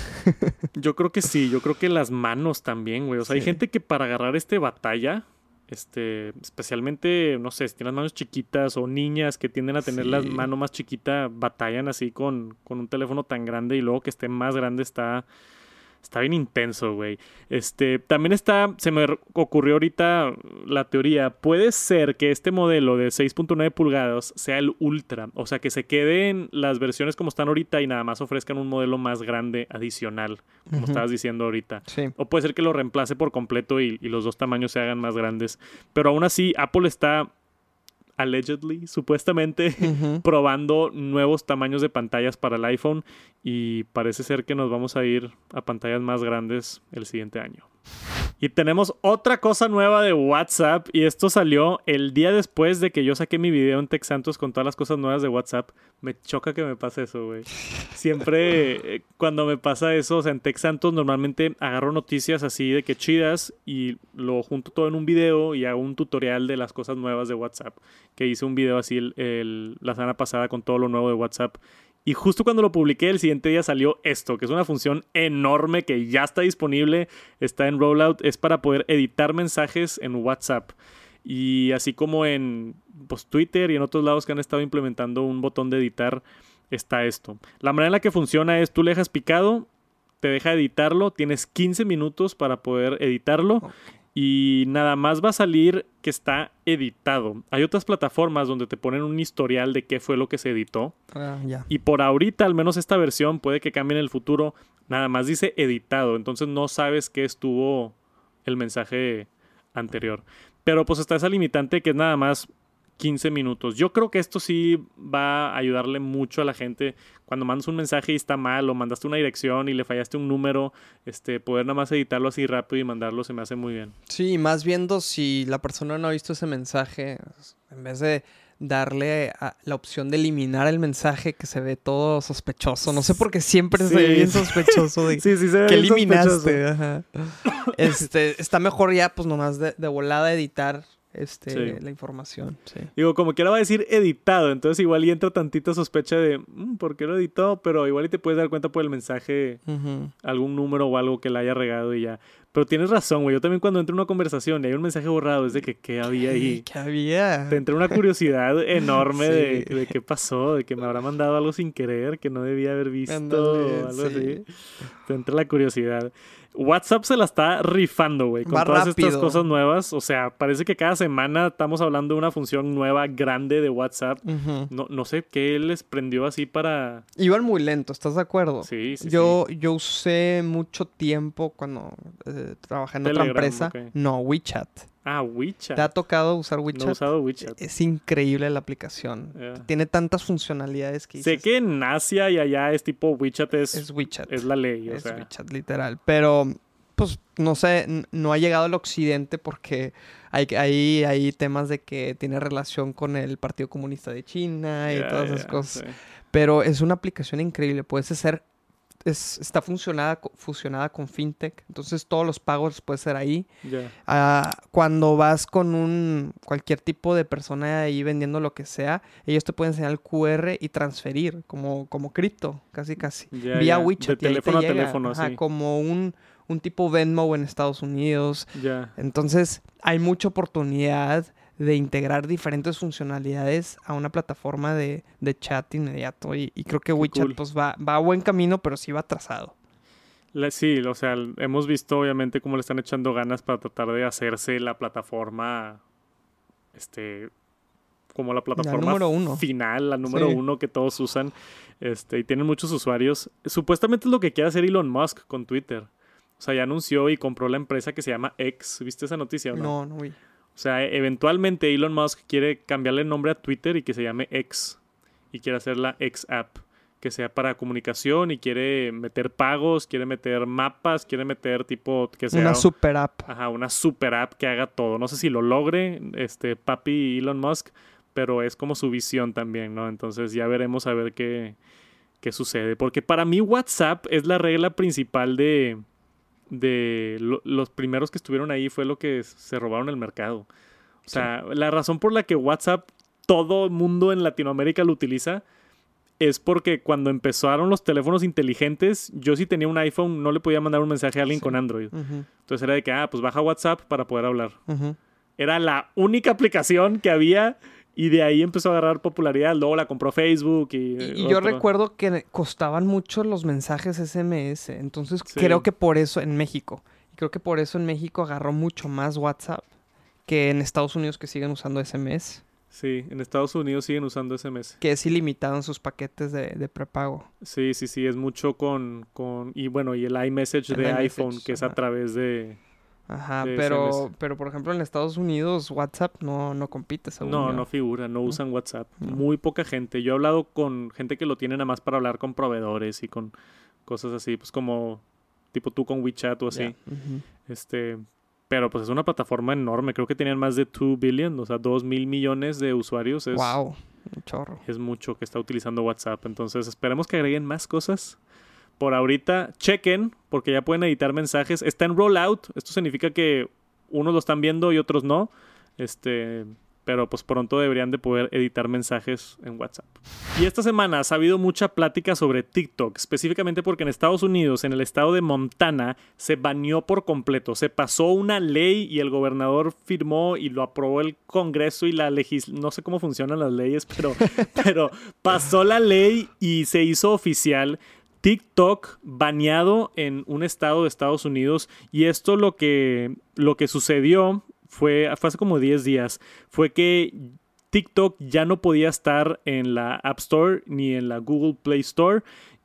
Yo creo que sí, yo creo que las manos también, güey. O sea, hay Sí. gente que para agarrar este batalla, este, especialmente, no sé, si tienen las manos chiquitas o niñas que tienden a tener la Sí. mano más chiquita, batallan así con, con un teléfono tan grande y luego que esté más grande está... Está bien intenso, güey. Este, también está, se me ocurrió ahorita la teoría. Puede ser que este modelo de seis punto nueve pulgadas sea el Ultra. O sea, que se queden las versiones como están ahorita y nada más ofrezcan un modelo más grande adicional, como Ujú. estabas diciendo ahorita. Sí. O puede ser que lo reemplace por completo y, y los dos tamaños se hagan más grandes. Pero aún así, Apple está, allegedly, supuestamente, Ujú. probando nuevos tamaños de pantallas para el iPhone y parece ser que nos vamos a ir a pantallas más grandes el siguiente año. Y tenemos otra cosa nueva de WhatsApp y esto salió el día después de que yo saqué mi video en Tech Santos con todas las cosas nuevas de WhatsApp. Me choca que me pase eso, güey. Siempre eh, cuando me pasa eso, o sea, en Tech Santos normalmente agarro noticias así de que chidas y lo junto todo en un video y hago un tutorial de las cosas nuevas de WhatsApp. Que hice un video así el, el, la semana pasada con todo lo nuevo de WhatsApp. Y justo cuando lo publiqué, el siguiente día salió esto, que es una función enorme que ya está disponible, está en rollout, es para poder editar mensajes en WhatsApp. Y así como en pues, Twitter y en otros lados que han estado implementando un botón de editar, está esto. La manera en la que funciona es tú le dejas picado, te deja editarlo, tienes quince minutos para poder editarlo. Okay. Y nada más va a salir que está editado. Hay otras plataformas donde te ponen un historial de qué fue lo que se editó. Uh, yeah. Y por ahorita, al menos esta versión, puede que cambie en el futuro. Nada más dice editado. Entonces no sabes qué estuvo el mensaje anterior. Pero pues está esa limitante que es nada más quince minutos. Yo creo que esto sí va a ayudarle mucho a la gente. Cuando mandas un mensaje y está mal, o mandaste una dirección y le fallaste un número, este, poder nada más editarlo así rápido y mandarlo se me hace muy bien. Sí, más viendo si la persona no ha visto ese mensaje, en vez de darle a la opción de eliminar el mensaje que se ve todo sospechoso. No sé por qué siempre sí. se ve bien sospechoso de sí, sí, se ve que bien eliminaste. Ajá. Este, está mejor ya, pues nomás de, de volada editar Este, sí. la información. Sí. Digo, como quiera va a decir editado, entonces igual y entra tantita sospecha de mmm, ¿por qué lo editó? Pero igual y te puedes dar cuenta por el mensaje, uh-huh. algún número o algo que le haya regado y ya. Pero tienes razón, güey. Yo también cuando entro en una conversación y hay un mensaje borrado, es de que ¿qué había ahí? ¿Qué había? Te entra una curiosidad enorme sí. de, de qué pasó, de que me habrá mandado algo sin querer, que no debía haber visto, Andale, o algo sí. así. Te entra la curiosidad. WhatsApp se la está rifando, güey, con Va todas rápido. estas cosas nuevas. O sea, parece que cada semana estamos hablando de una función nueva, grande de WhatsApp. Uh-huh. No, no sé qué les prendió así para... Iban muy lento, ¿estás de acuerdo? Sí, sí, yo, sí. Yo usé mucho tiempo cuando eh, trabajé en Telegram, otra empresa. Okay. No, WeChat. Ah, WeChat. ¿Te ha tocado usar WeChat? No he usado WeChat. Es increíble la aplicación. Yeah. Tiene tantas funcionalidades que dices... Sé que en Asia y allá es tipo WeChat es... Es WeChat. Es la ley, o es sea. WeChat, literal. Pero, pues, no sé, no ha llegado al occidente porque hay, hay, hay temas de que tiene relación con el Partido Comunista de China y yeah, todas esas yeah, cosas. Sí. Pero es una aplicación increíble. Puedes hacer... Es, está fusionada, fusionada con FinTech, entonces todos los pagos pueden ser ahí. Yeah. Uh, cuando vas con un cualquier tipo de persona ahí vendiendo lo que sea, ellos te pueden enseñar el cu erre y transferir como, como cripto, casi casi. Yeah, vía yeah. WeChat. De teléfono a teléfono, Ajá, sí. Como un, un tipo Venmo en Estados Unidos. Yeah. Entonces hay mucha oportunidad de integrar diferentes funcionalidades a una plataforma de, de chat inmediato. Y, y creo que Qué WeChat cool. pues va, va a buen camino, pero sí va atrasado. La, sí, o sea, hemos visto obviamente cómo le están echando ganas para tratar de hacerse la plataforma, este, como la plataforma la número uno. final, la número sí. uno que todos usan, este, y tienen muchos usuarios. Supuestamente es lo que quiere hacer Elon Musk con Twitter. O sea, ya anunció y compró la empresa que se llama X. ¿Viste esa noticia o no? No, no vi. O sea, eventualmente Elon Musk quiere cambiarle el nombre a Twitter y que se llame X. Y quiere hacer la X App, que sea para comunicación y quiere meter pagos, quiere meter mapas, quiere meter tipo... que sea una super app. Ajá, una super app que haga todo. No sé si lo logre este papi Elon Musk, pero es como su visión también, ¿no? Entonces ya veremos a ver qué, qué sucede. Porque para mí WhatsApp es la regla principal de... de lo, los primeros que estuvieron ahí fue lo que se robaron el mercado. O sea, sí. La razón por la que WhatsApp todo el mundo en Latinoamérica lo utiliza es porque cuando empezaron los teléfonos inteligentes, yo si tenía un iPhone no le podía mandar un mensaje a alguien sí. con Android. Uh-huh. Entonces era de que, ah, pues baja WhatsApp para poder hablar. Uh-huh. Era la única aplicación que había y de ahí empezó a agarrar popularidad. Luego la compró Facebook y... Y yo recuerdo que costaban mucho los mensajes ese eme ese. Entonces sí. creo que por eso en México, creo que por eso en México agarró mucho más WhatsApp que en Estados Unidos que siguen usando ese eme ese. Sí, en Estados Unidos siguen usando ese eme ese. Que es ilimitado en sus paquetes de, de prepago. Sí, sí, sí, es mucho con... con y bueno, y el iMessage el de iMessage, iPhone, que es a través de... Ajá, pero, pero por ejemplo en Estados Unidos WhatsApp no, no compite, según No, yo. no figura, no, no usan WhatsApp. No. Muy poca gente. Yo he hablado con gente que lo tiene nada más para hablar con proveedores y con cosas así, pues como tipo tú con WeChat o así. Yeah. Uh-huh. Este... Pero pues es una plataforma enorme. Creo que tenían más de dos billion, o sea, dos mil millones de usuarios. Es, wow, un chorro. Es mucho que está utilizando WhatsApp. Entonces esperemos que agreguen más cosas. Por ahorita, chequen, porque ya pueden editar mensajes. Está en rollout. Esto significa que unos lo están viendo y otros no. Este, pero pues pronto deberían de poder editar mensajes en WhatsApp. Y esta semana ha habido mucha plática sobre TikTok, específicamente porque en Estados Unidos, en el estado de Montana, se baneó por completo. Se pasó una ley y el gobernador firmó y lo aprobó el Congreso y la legislación. No sé cómo funcionan las leyes, pero, pero pasó la ley y se hizo oficial. TikTok baneado en un estado de Estados Unidos, y esto lo que, lo que sucedió fue, fue hace como diez días, fue que TikTok ya no podía estar en la App Store ni en la Google Play Store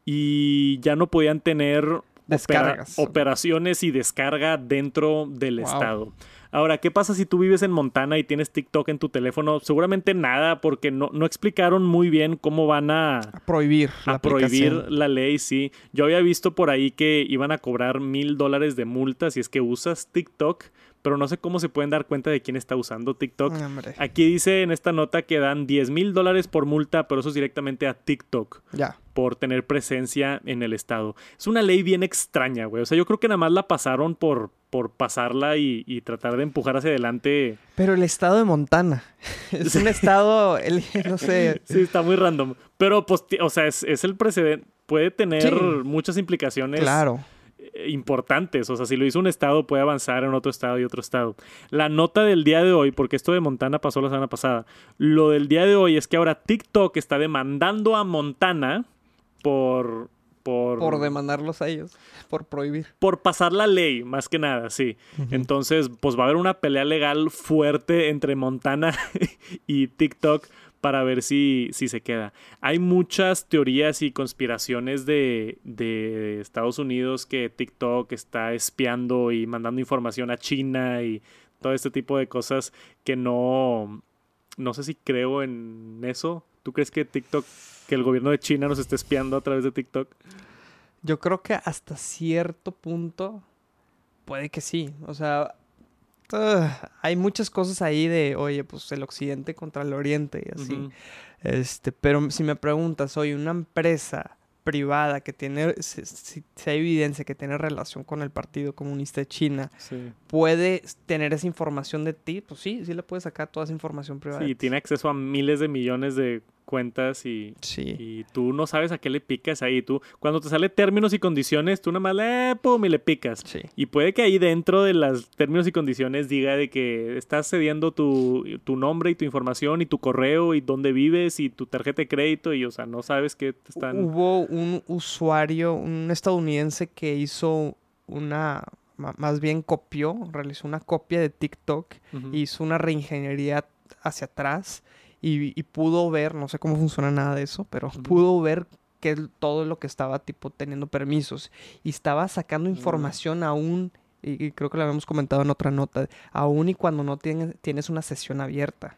y ya no podían tener opera, operaciones y descarga dentro del wow. estado. Ahora, ¿qué pasa si tú vives en Montana y tienes TikTok en tu teléfono? Seguramente nada, porque no, no explicaron muy bien cómo van a, a prohibir, a la, prohibir la ley, sí. Yo había visto por ahí que iban a cobrar mil dólares de multa si es que usas TikTok, pero no sé cómo se pueden dar cuenta de quién está usando TikTok. Hombre. Aquí dice en esta nota que dan diez mil dólares por multa, pero eso es directamente a TikTok. Ya. Por tener presencia en el estado. Es una ley bien extraña, güey. O sea, yo creo que nada más la pasaron por, por pasarla y, y tratar de empujar hacia adelante. Pero el estado de Montana. Es un estado, el, no sé. Sí, está muy random. Pero, pues, o sea, es, es el precedente. Puede tener sí. muchas implicaciones. Claro. Importantes. O sea, si lo hizo un estado, puede avanzar en otro estado y otro estado. La nota del día de hoy, porque esto de Montana pasó la semana pasada, lo del día de hoy es que ahora TikTok está demandando a Montana por... Por, por demandarlos a ellos, por prohibir. Por pasar la ley, más que nada, sí. Uh-huh. Entonces, pues va a haber una pelea legal fuerte entre Montana y TikTok para ver si, si se queda. Hay muchas teorías y conspiraciones de, de Estados Unidos que TikTok está espiando y mandando información a China y todo este tipo de cosas que no... No sé si creo en eso. ¿Tú crees que TikTok, que el gobierno de China nos está espiando a través de TikTok? Yo creo que hasta cierto punto puede que sí. O sea, uh, hay muchas cosas ahí de, oye, pues el occidente contra el oriente y así. Uh-huh. Este, pero si me preguntas, oye, una empresa privada que tiene, si, si, si hay evidencia que tiene relación con el Partido Comunista de China, sí. ¿puede tener esa información de ti? Pues sí, sí le puede sacar toda esa información privada. Sí, tiene acceso a miles de millones de cuentas y, sí. y tú no sabes a qué le picas ahí. Tú, cuando te sale términos y condiciones, tú nada más le, pum, y le picas. Sí. Y puede que ahí dentro de los términos y condiciones diga de que estás cediendo tu, tu nombre y tu información y tu correo y dónde vives y tu tarjeta de crédito y, o sea, no sabes qué te están... Hubo un usuario, un estadounidense que hizo una... más bien copió, realizó una copia de TikTok, uh-huh. hizo una reingeniería hacia atrás y, y pudo ver, no sé cómo funciona nada de eso, pero uh-huh. pudo ver que todo lo que estaba tipo teniendo permisos y estaba sacando información uh-huh. aún, y, y creo que lo habíamos comentado en otra nota, aún y cuando no tienes, tienes una sesión abierta.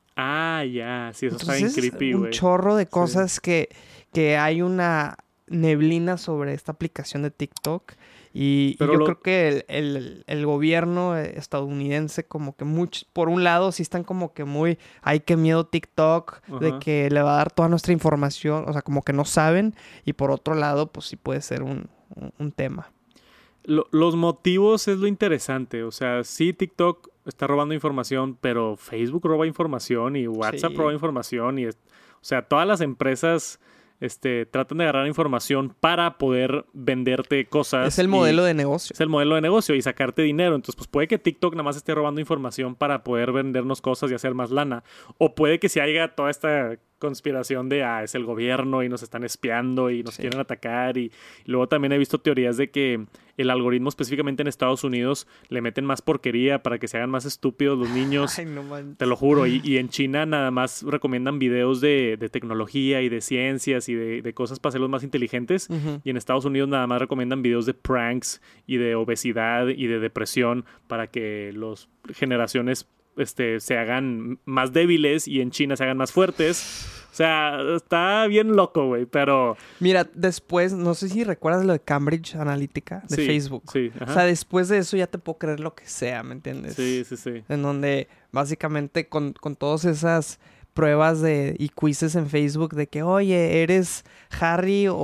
Ah, ya, sí, eso Entonces, está bien creepy, güey. Un chorro de cosas sí. que, que hay una neblina sobre esta aplicación de TikTok. Y, y yo lo... creo que el, el, el gobierno estadounidense como que mucho, por un lado sí están como que muy, ay, qué miedo TikTok, uh-huh. de que le va a dar toda nuestra información, o sea, como que no saben, y por otro lado, pues sí puede ser un, un, un tema. Lo, los motivos es lo interesante, o sea, sí TikTok está robando información, pero Facebook roba información y WhatsApp sí. roba información, y, o sea, todas las empresas... Este, tratan de agarrar información para poder venderte cosas. Es el modelo de negocio. Es el modelo de negocio y sacarte dinero. Entonces, pues puede que TikTok nada más esté robando información para poder vendernos cosas y hacer más lana. O puede que se haya toda esta conspiración de, ah, es el gobierno y nos están espiando y nos sí. quieren atacar. Y, y luego también he visto teorías de que el algoritmo específicamente en Estados Unidos le meten más porquería para que se hagan más estúpidos los niños. Ay, no manches. Te lo juro. Y, y en China nada más recomiendan videos de, de tecnología y de ciencias y de, de cosas para hacerlos más inteligentes. Uh-huh. Y en Estados Unidos nada más recomiendan videos de pranks y de obesidad y de depresión para que las generaciones este, se hagan más débiles y en China se hagan más fuertes. O sea, está bien loco, güey, pero... Mira, después, no sé si recuerdas lo de Cambridge Analytica de sí, Facebook. Sí, ajá. O sea, después de eso ya te puedo creer lo que sea, ¿me entiendes? Sí, sí, sí. En donde básicamente con, con todas esas pruebas de, y quizzes en Facebook de que, oye, eres Harry o,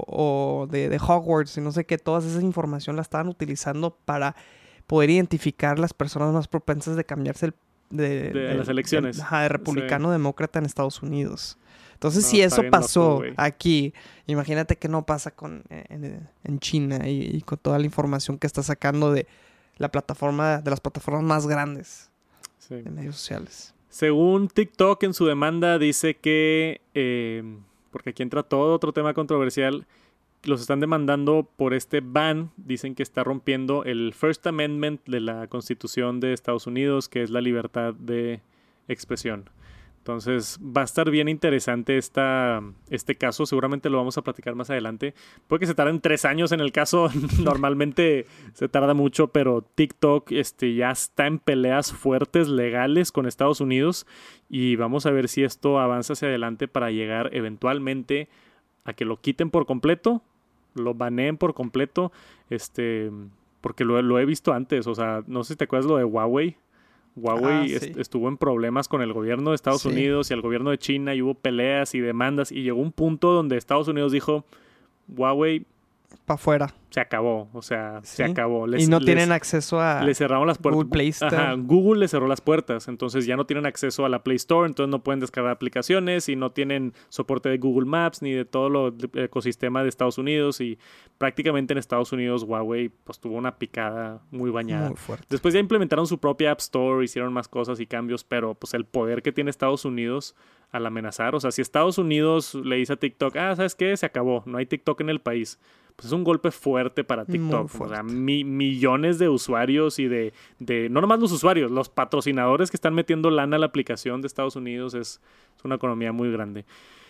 o de, de Hogwarts y no sé qué, toda esa información la estaban utilizando para poder identificar las personas más propensas de cambiarse el de, de, de las elecciones. De, ajá, de republicano sí. demócrata en Estados Unidos. Entonces, no, si eso pasó loco, aquí, imagínate que no pasa con en, en China y, y con toda la información que está sacando de la plataforma, de las plataformas más grandes sí. de medios sociales. Según TikTok, en su demanda dice que, eh, porque aquí entra todo otro tema controversial, los están demandando por este ban. Dicen que está rompiendo el First Amendment de la Constitución de Estados Unidos, que es la libertad de expresión. Entonces va a estar bien interesante esta, este caso. Seguramente lo vamos a platicar más adelante. Puede que se tarden tres años en el caso. Normalmente se tarda mucho, pero TikTok este, ya está en peleas fuertes legales con Estados Unidos. Y vamos a ver si esto avanza hacia adelante para llegar eventualmente a que lo quiten por completo, lo baneen por completo, este, porque lo, lo he visto antes. O sea, no sé si te acuerdas lo de Huawei. Huawei ah, sí. est- estuvo en problemas con el gobierno de Estados sí. Unidos y el gobierno de China y hubo peleas y demandas y llegó un punto donde Estados Unidos dijo, Huawei para afuera. Se acabó, o sea, sí. se acabó. Les, y no les, tienen acceso a le cerraron las puertas. Google Play Store. Ajá, Google le cerró las puertas, entonces ya no tienen acceso a la Play Store, entonces no pueden descargar aplicaciones y no tienen soporte de Google Maps ni de todo lo de, ecosistema de Estados Unidos y prácticamente en Estados Unidos Huawei pues tuvo una picada muy bañada. Muy fuerte. Después ya implementaron su propia App Store, hicieron más cosas y cambios, pero pues el poder que tiene Estados Unidos al amenazar, o sea, si Estados Unidos le dice a TikTok, ah, ¿sabes qué? Se acabó, no hay TikTok en el país. Pues es un golpe fuerte para TikTok. Fuerte. O sea, mi, millones de usuarios y de, de... No nomás los usuarios, los patrocinadores que están metiendo lana a la aplicación de Estados Unidos. Es, es una economía muy grande.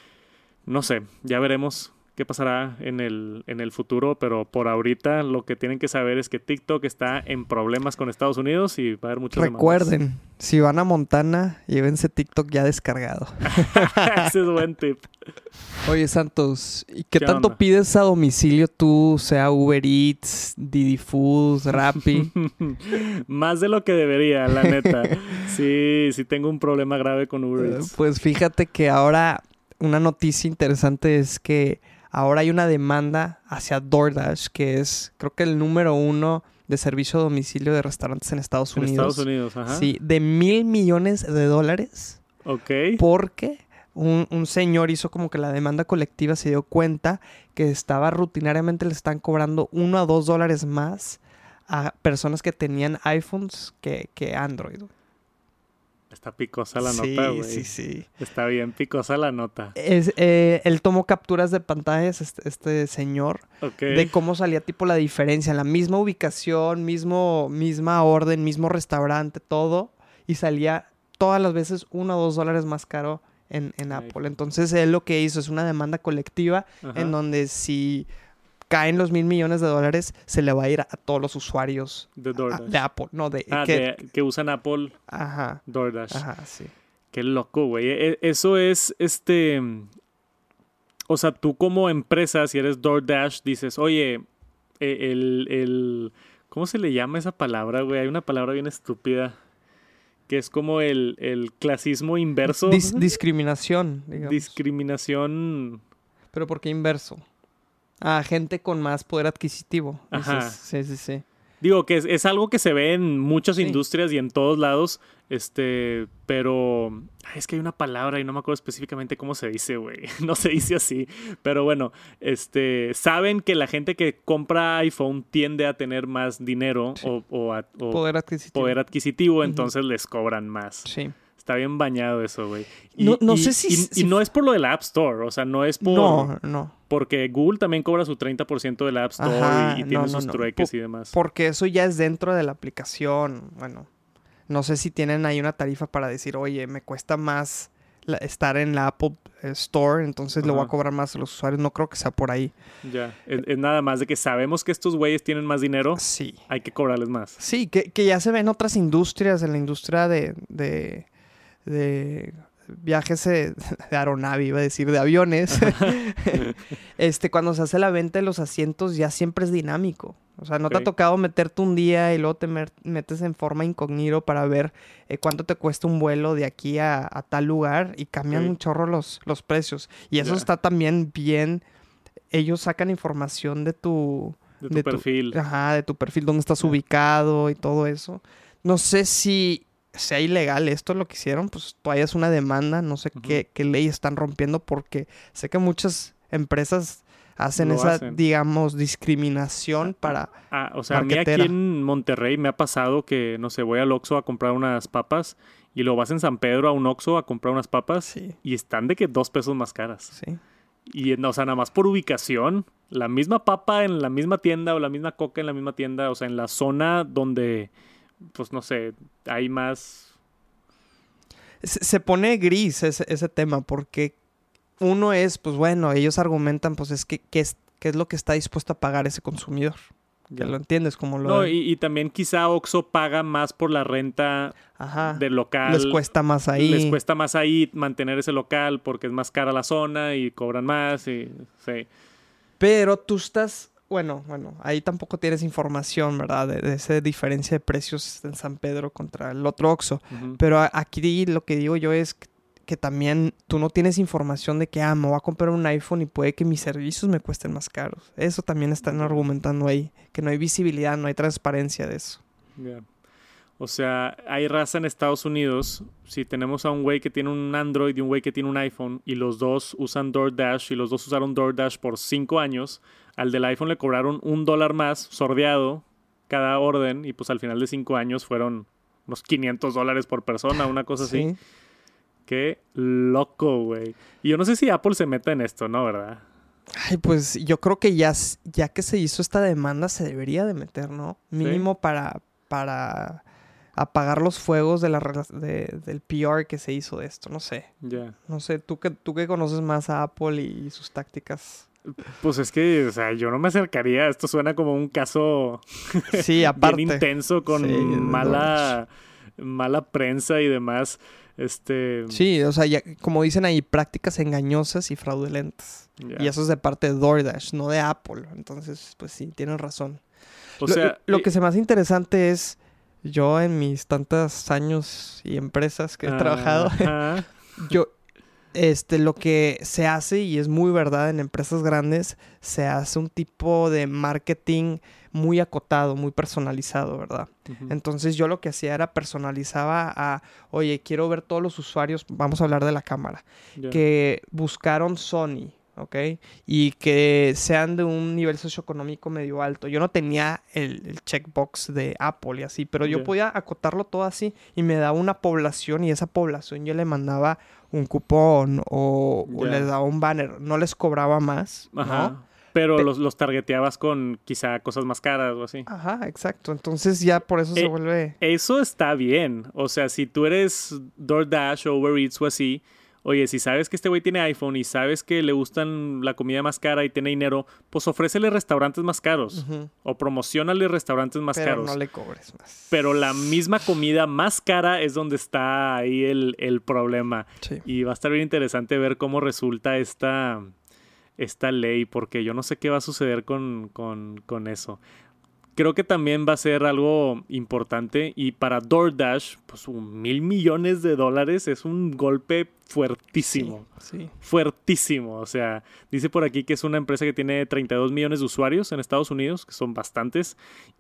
No sé, ya veremos qué pasará en el, en el futuro, pero por ahorita lo que tienen que saber es que TikTok está en problemas con Estados Unidos y va a haber muchas Recuerden, demandas. Si van a Montana, llévense TikTok ya descargado. Ese es buen tip. Oye, Santos, ¿y qué, ¿Qué tanto onda? pides a domicilio tú, sea Uber Eats, Didi Foods, Rappi? Más de lo que debería, la neta. Sí, sí tengo un problema grave con Uber Eats. Uh, pues fíjate que ahora una noticia interesante es que ahora hay una demanda hacia DoorDash, que es creo que el número uno de servicio a domicilio de restaurantes en Estados En Unidos. Estados Unidos, ajá. Sí, de mil millones de dólares. Ok. Porque un, un señor hizo como que la demanda colectiva se dio cuenta que estaba rutinariamente le están cobrando uno a dos dólares más a personas que tenían iPhones que, que Android. Está picosa la sí, nota, güey. Sí, sí, Está bien picosa la nota. Es, eh, él tomó capturas de pantallas, este, este señor, Okay. de cómo salía tipo la diferencia. En la misma ubicación, mismo, misma orden, mismo restaurante, todo. Y salía todas las veces uno o dos dólares más caro en, en Apple. Entonces él lo que hizo es una demanda colectiva. Ajá. En donde si caen los mil millones de dólares, se le va a ir a, a todos los usuarios de, DoorDash. A, de Apple. No, de, ah, que, de que usan Apple. Ajá. DoorDash. Ajá, sí. Qué loco, güey. E- eso es, este... O sea, tú como empresa, si eres DoorDash, dices, oye, el... el ¿cómo se le llama esa palabra, güey? Hay una palabra bien estúpida. Que es como el, el clasismo inverso. Dis- discriminación, digamos. Discriminación... ¿Pero por qué inverso? Ah, gente con más poder adquisitivo. Ajá. Dices, sí, sí, sí. Digo que es, es algo que se ve en muchas sí. industrias y en todos lados, este, pero es que hay una palabra y no me acuerdo específicamente cómo se dice, güey. No se dice así, pero bueno, este, saben que la gente que compra iPhone tiende a tener más dinero sí. o, o, a, o poder adquisitivo, poder adquisitivo entonces uh-huh. les cobran más. Sí. Está bien bañado eso, güey. Y, no, no y, sé si y, si... y no es por lo de la App Store, o sea, no es por... No, no. Porque Google también cobra su treinta por ciento de la App Store. Ajá, y, y tiene no, sus no, trueques por, y demás. Porque eso ya es dentro de la aplicación. Bueno, no sé si tienen ahí una tarifa para decir, oye, me cuesta más la, estar en la Apple Store, entonces le voy a cobrar más a los usuarios. No creo que sea por ahí. Ya, es, es nada más de que sabemos que estos güeyes tienen más dinero. Sí. Hay que cobrarles más. Sí, que, que ya se ven otras industrias, en la industria de... de, de viajes de aeronave, iba a decir, de aviones. este, cuando se hace la venta de los asientos ya siempre es dinámico. O sea, no okay. te ha tocado meterte un día y luego te metes en forma incógnito para ver eh, cuánto te cuesta un vuelo de aquí a, a tal lugar y cambian okay. un chorro los, los precios. Y eso yeah. está también bien. Ellos sacan información de tu... De tu de perfil. Tu, ajá, de tu perfil, dónde estás yeah. ubicado y todo eso. No sé si... sea ilegal esto lo que hicieron, pues todavía es una demanda, no sé uh-huh. qué, qué ley están rompiendo, porque sé que muchas empresas hacen lo esa, hacen. digamos, discriminación ah, para ah, o sea, marketera. A mí aquí en Monterrey me ha pasado que, no sé, voy al Oxxo a comprar unas papas y luego vas en San Pedro a un Oxxo a comprar unas papas sí. y están de que dos pesos más caras. Sí. Y, o sea, nada más por ubicación, la misma papa en la misma tienda o la misma coca en la misma tienda, o sea, en la zona donde, pues, no sé, hay más... Se, se pone gris ese, ese tema, porque uno es, pues, bueno, ellos argumentan, pues, es que qué es, qué es lo que está dispuesto a pagar ese consumidor. Que lo entiendes como lo... No, y, y también quizá Oxxo paga más por la renta Ajá. del local. Les cuesta más ahí. Les cuesta más ahí mantener ese local porque es más cara la zona y cobran más y... Sí. Pero tú estás... Bueno, bueno, ahí tampoco tienes información, ¿verdad? De, de esa diferencia de precios en San Pedro contra el otro Oxxo. Uh-huh. Pero aquí lo que digo yo es que que también tú no tienes información de que, ah, me voy a comprar un iPhone y puede que mis servicios me cuesten más caros. Eso también están argumentando ahí, que no hay visibilidad, no hay transparencia de eso. Yeah. O sea, hay raza en Estados Unidos, si tenemos a un güey que tiene un Android y un güey que tiene un iPhone y los dos usan DoorDash y los dos usaron DoorDash por cinco años, al del iPhone le cobraron un dólar más sordeado cada orden y pues al final de cinco años fueron unos quinientos dólares por persona, una cosa sí. así. Qué loco, güey. Y yo no sé si Apple se meta en esto, ¿no? ¿Verdad? Ay, pues yo creo que ya, ya que se hizo esta demanda se debería de meter, ¿no? Mínimo ¿sí? para, para apagar los fuegos de la, de, del P R que se hizo de esto. No sé. Ya. Yeah. No sé, ¿tú que, tú que conoces más a Apple y, y sus tácticas. Pues es que, o sea, yo no me acercaría. Esto suena como un caso sí, aparte. bien intenso con sí, mala, mala prensa y demás. Este... Sí, o sea, ya, como dicen ahí, prácticas engañosas y fraudulentas. Yeah. Y eso es de parte de DoorDash, no de Apple. Entonces, pues sí, tienen razón. O lo, sea, lo y... que se me hace interesante es, yo en mis tantos años y empresas que he uh, trabajado, uh. yo, este, lo que se hace, y es muy verdad en empresas grandes, se hace un tipo de marketing muy acotado, muy personalizado, ¿verdad? Uh-huh. Entonces yo lo que hacía era personalizaba a, oye, quiero ver todos los usuarios, vamos a hablar de la cámara, yeah. que buscaron Sony, ¿ok? Y que sean de un nivel socioeconómico medio alto. Yo no tenía el, el checkbox de Apple y así, pero yo yeah. podía acotarlo todo así y me daba una población y esa población yo le mandaba un cupón o, yeah. o les daba un banner. No les cobraba más, Ajá. ¿no? Pero Pe- los, los targeteabas con quizá cosas más caras o así. Ajá, exacto. Entonces ya por eso eh, se vuelve... Eso está bien. O sea, si tú eres DoorDash o Uber Eats o así, oye, si sabes que este güey tiene iPhone y sabes que le gustan la comida más cara y tiene dinero, pues ofrécele restaurantes más caros. Uh-huh. O promociónale restaurantes más Pero caros. Pero no le cobres más. Pero la misma comida más cara es donde está ahí el, el problema. Sí. Y va a estar bien interesante ver cómo resulta esta... esta ley, porque yo no sé qué va a suceder con, con, con eso. Creo que también va a ser algo importante y para DoorDash, pues un mil millones de dólares es un golpe fuertísimo. Sí, sí. Fuertísimo. O sea, dice por aquí que es una empresa que tiene treinta y dos millones de usuarios en Estados Unidos, que son bastantes,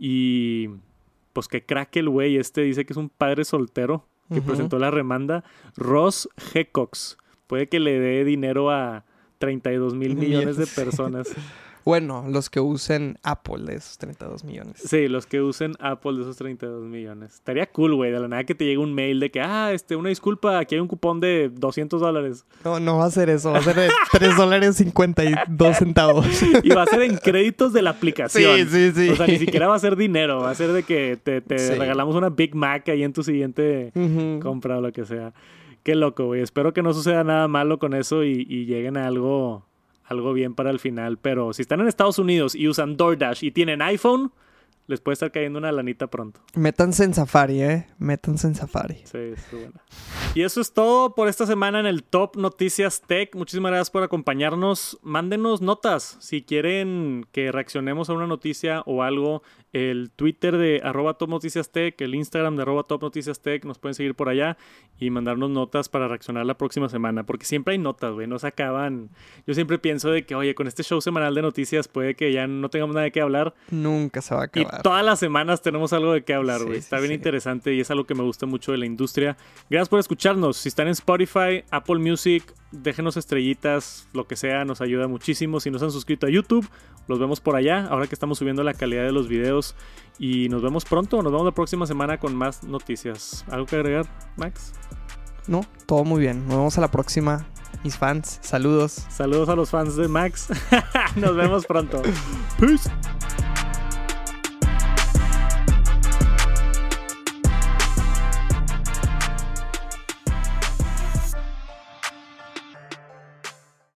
y pues que crack el güey este, dice que es un padre soltero que uh-huh. presentó la demanda. Ross G. Cox. Puede que le dé dinero a treinta y dos mil millones de personas. Bueno, los que usen Apple de esos treinta y dos millones. Sí, los que usen Apple de esos treinta y dos millones. Estaría cool, güey. De la nada que te llegue un mail de que, ah, este, una disculpa, aquí hay un cupón de doscientos dólares. No, no va a ser eso. Va a ser de tres dólares cincuenta y dos centavos. Y va a ser en créditos de la aplicación. Sí, sí, sí. O sea, ni siquiera va a ser dinero. Va a ser de que te, te sí. regalamos una Big Mac ahí en tu siguiente uh-huh. compra o lo que sea. Qué loco, güey. Espero que no suceda nada malo con eso y, y lleguen a algo, algo bien para el final. Pero si están en Estados Unidos y usan DoorDash y tienen iPhone, les puede estar cayendo una lanita pronto. Métanse en Safari, ¿eh? Métanse en Safari. Sí, es buena. Y eso es todo por esta semana en el Top Noticias Tech. Muchísimas gracias por acompañarnos. Mándenos notas si quieren que reaccionemos a una noticia o algo el Twitter de arroba Top Noticias Tech, el Instagram de arroba Top Noticias Tech. Nos pueden seguir por allá y mandarnos notas para reaccionar la próxima semana. Porque siempre hay notas, güey. No se acaban. Yo siempre pienso de que, oye, con este show semanal de noticias puede que ya no tengamos nada de qué hablar. Nunca se va a acabar. Y todas las semanas tenemos algo de qué hablar, güey. Sí, Está sí, bien sí. interesante y es algo que me gusta mucho de la industria. Gracias por escucharnos. Si están en Spotify, Apple Music, déjenos estrellitas, lo que sea, nos ayuda muchísimo. Si no se han suscrito a YouTube, los vemos por allá, ahora que estamos subiendo la calidad de los videos. Y nos vemos pronto, nos vemos la próxima semana con más noticias. ¿Algo que agregar, Max? No, todo muy bien. Nos vemos a la próxima, mis fans. Saludos. Saludos a los fans de Max. Nos vemos pronto. Peace.